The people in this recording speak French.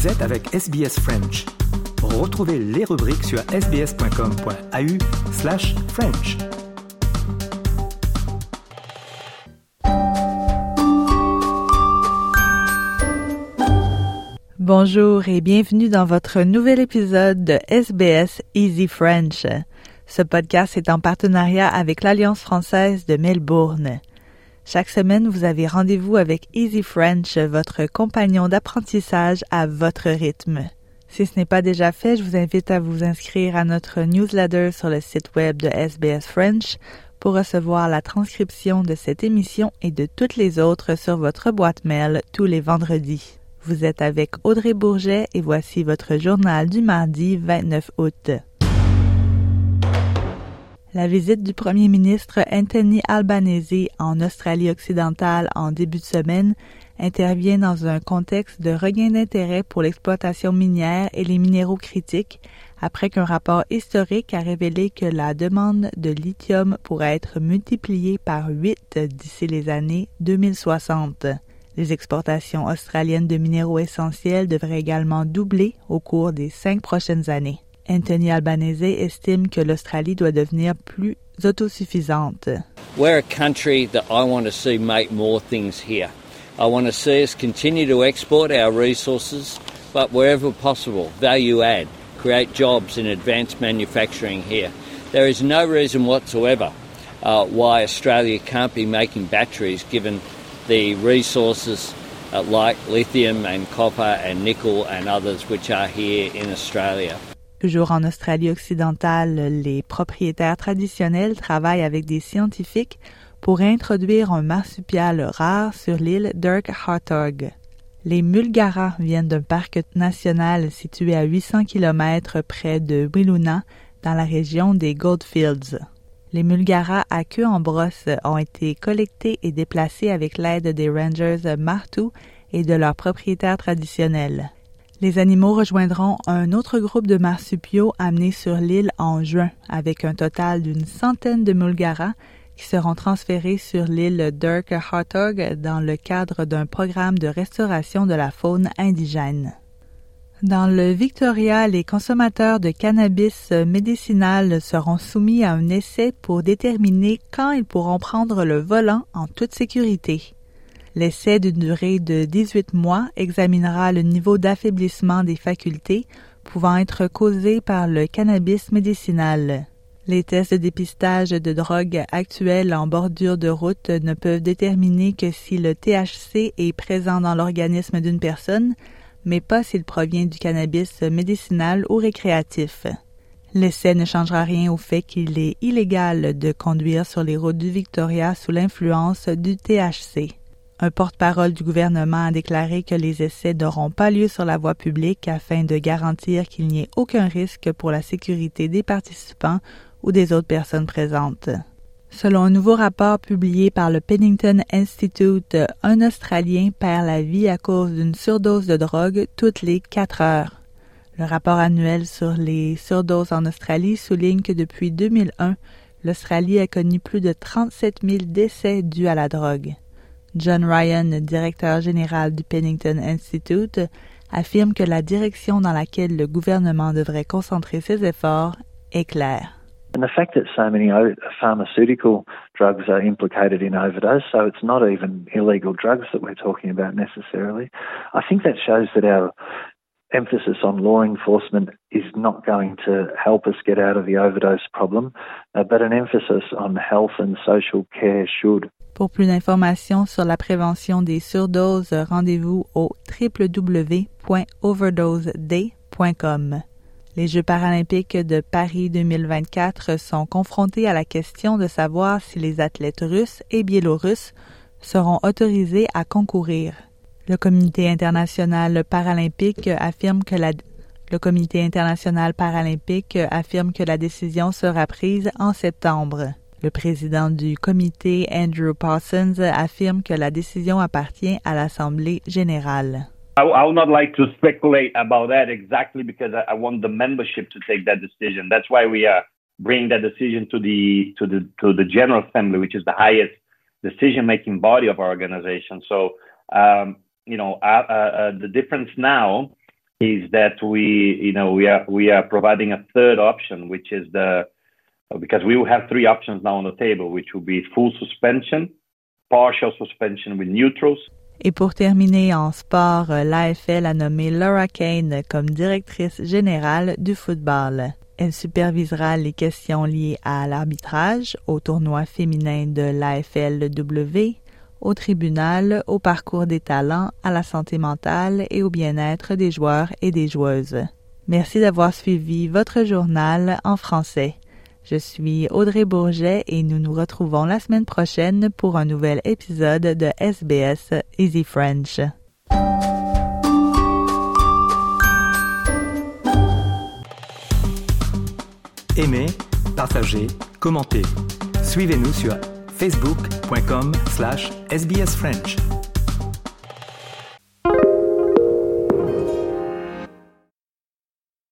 Vous êtes avec SBS French. Retrouvez les rubriques sur sbs.com.au/French. Bonjour et bienvenue dans votre nouvel épisode de SBS Easy French. Ce podcast est en partenariat avec l'Alliance française de Melbourne. Chaque semaine, vous avez rendez-vous avec Easy French, votre compagnon d'apprentissage à votre rythme. Si ce n'est pas déjà fait, je vous invite à vous inscrire à notre newsletter sur le site web de SBS French pour recevoir la transcription de cette émission et de toutes les autres sur votre boîte mail tous les vendredis. Vous êtes avec Audrey Bourget et voici votre journal du mardi 29 août. La visite du premier ministre Anthony Albanese en Australie-Occidentale en début de semaine intervient dans un contexte de regain d'intérêt pour l'exploitation minière et les minéraux critiques, après qu'un rapport historique a révélé que la demande de lithium pourrait être multipliée par 8 d'ici les années 2060. Les exportations australiennes de minéraux essentiels devraient également doubler au cours des 5 prochaines années. Anthony Albanese estime que l'Australie doit devenir plus autosuffisante. We're a country that I want to see make more things here. I want to see us continue to export our resources, but wherever possible, value add, create jobs in advanced manufacturing here. There is no reason whatsoever why Australia can't be making batteries given the resources like lithium and copper and nickel and others which are here in Australia. Toujours en Australie-Occidentale, les propriétaires traditionnels travaillent avec des scientifiques pour introduire un marsupial rare sur l'île Dirk Hartog. Les Mulgaras viennent d'un parc national situé à 800 km près de Wiluna, dans la région des Goldfields. Les Mulgaras à queue en brosse ont été collectés et déplacés avec l'aide des rangers Martu et de leurs propriétaires traditionnels. Les animaux rejoindront un autre groupe de marsupiaux amenés sur l'île en juin, avec un total d'une centaine de Mulgaras qui seront transférés sur l'île Dirk Hartog dans le cadre d'un programme de restauration de la faune indigène. Dans le Victoria, les consommateurs de cannabis médicinal seront soumis à un essai pour déterminer quand ils pourront prendre le volant en toute sécurité. L'essai d'une durée de 18 mois examinera le niveau d'affaiblissement des facultés pouvant être causé par le cannabis médicinal. Les tests de dépistage de drogue actuels en bordure de route ne peuvent déterminer que si le THC est présent dans l'organisme d'une personne, mais pas s'il provient du cannabis médicinal ou récréatif. L'essai ne changera rien au fait qu'il est illégal de conduire sur les routes du Victoria sous l'influence du THC. Un porte-parole du gouvernement a déclaré que les essais n'auront pas lieu sur la voie publique afin de garantir qu'il n'y ait aucun risque pour la sécurité des participants ou des autres personnes présentes. Selon un nouveau rapport publié par le Pennington Institute, un Australien perd la vie à cause d'une surdose de drogue toutes les 4 heures. Le rapport annuel sur les surdoses en Australie souligne que depuis 2001, l'Australie a connu plus de 37 000 décès dus à la drogue. John Ryan, directeur général du Pennington Institute, affirme que la direction dans laquelle le gouvernement devrait concentrer ses efforts est claire. And the fact that so many pharmaceutical drugs are implicated in overdose, so it's not even illegal drugs that we're talking about necessarily, I think that shows that our emphasis on law enforcement is not going to help us get out of the overdose problem, but an emphasis on health and social care should. Pour plus d'informations sur la prévention des surdoses, rendez-vous au www.overdoseday.com. Les Jeux paralympiques de Paris 2024 sont confrontés à la question de savoir si les athlètes russes et biélorusses seront autorisés à concourir. Le Comité international paralympique affirme que la décision sera prise en septembre. Le président du comité, Andrew Parsons, affirme que la décision appartient à l'Assemblée générale. I would not like to speculate about that exactly because I want the membership to take that decision. That's why we are bringing that decision to the General Assembly, which is the highest decision-making body of our organization. So, the difference now is that we are providing a third option, which is because we will have three options now on the table, which will be full suspension, partial suspension with neutrals. Et pour terminer en sport, l'AFL a nommé Laura Kane comme directrice générale du football. Elle supervisera les questions liées à l'arbitrage, au tournoi féminin de l'AFLW, au tribunal, au parcours des talents, à la santé mentale et au bien-être des joueurs et des joueuses. Merci d'avoir suivi votre journal en français. Je suis Audrey Bourget et nous nous retrouvons la semaine prochaine pour un nouvel épisode de SBS Easy French. Aimez, partagez, commentez. Suivez-nous sur facebook.com/sbsfrench.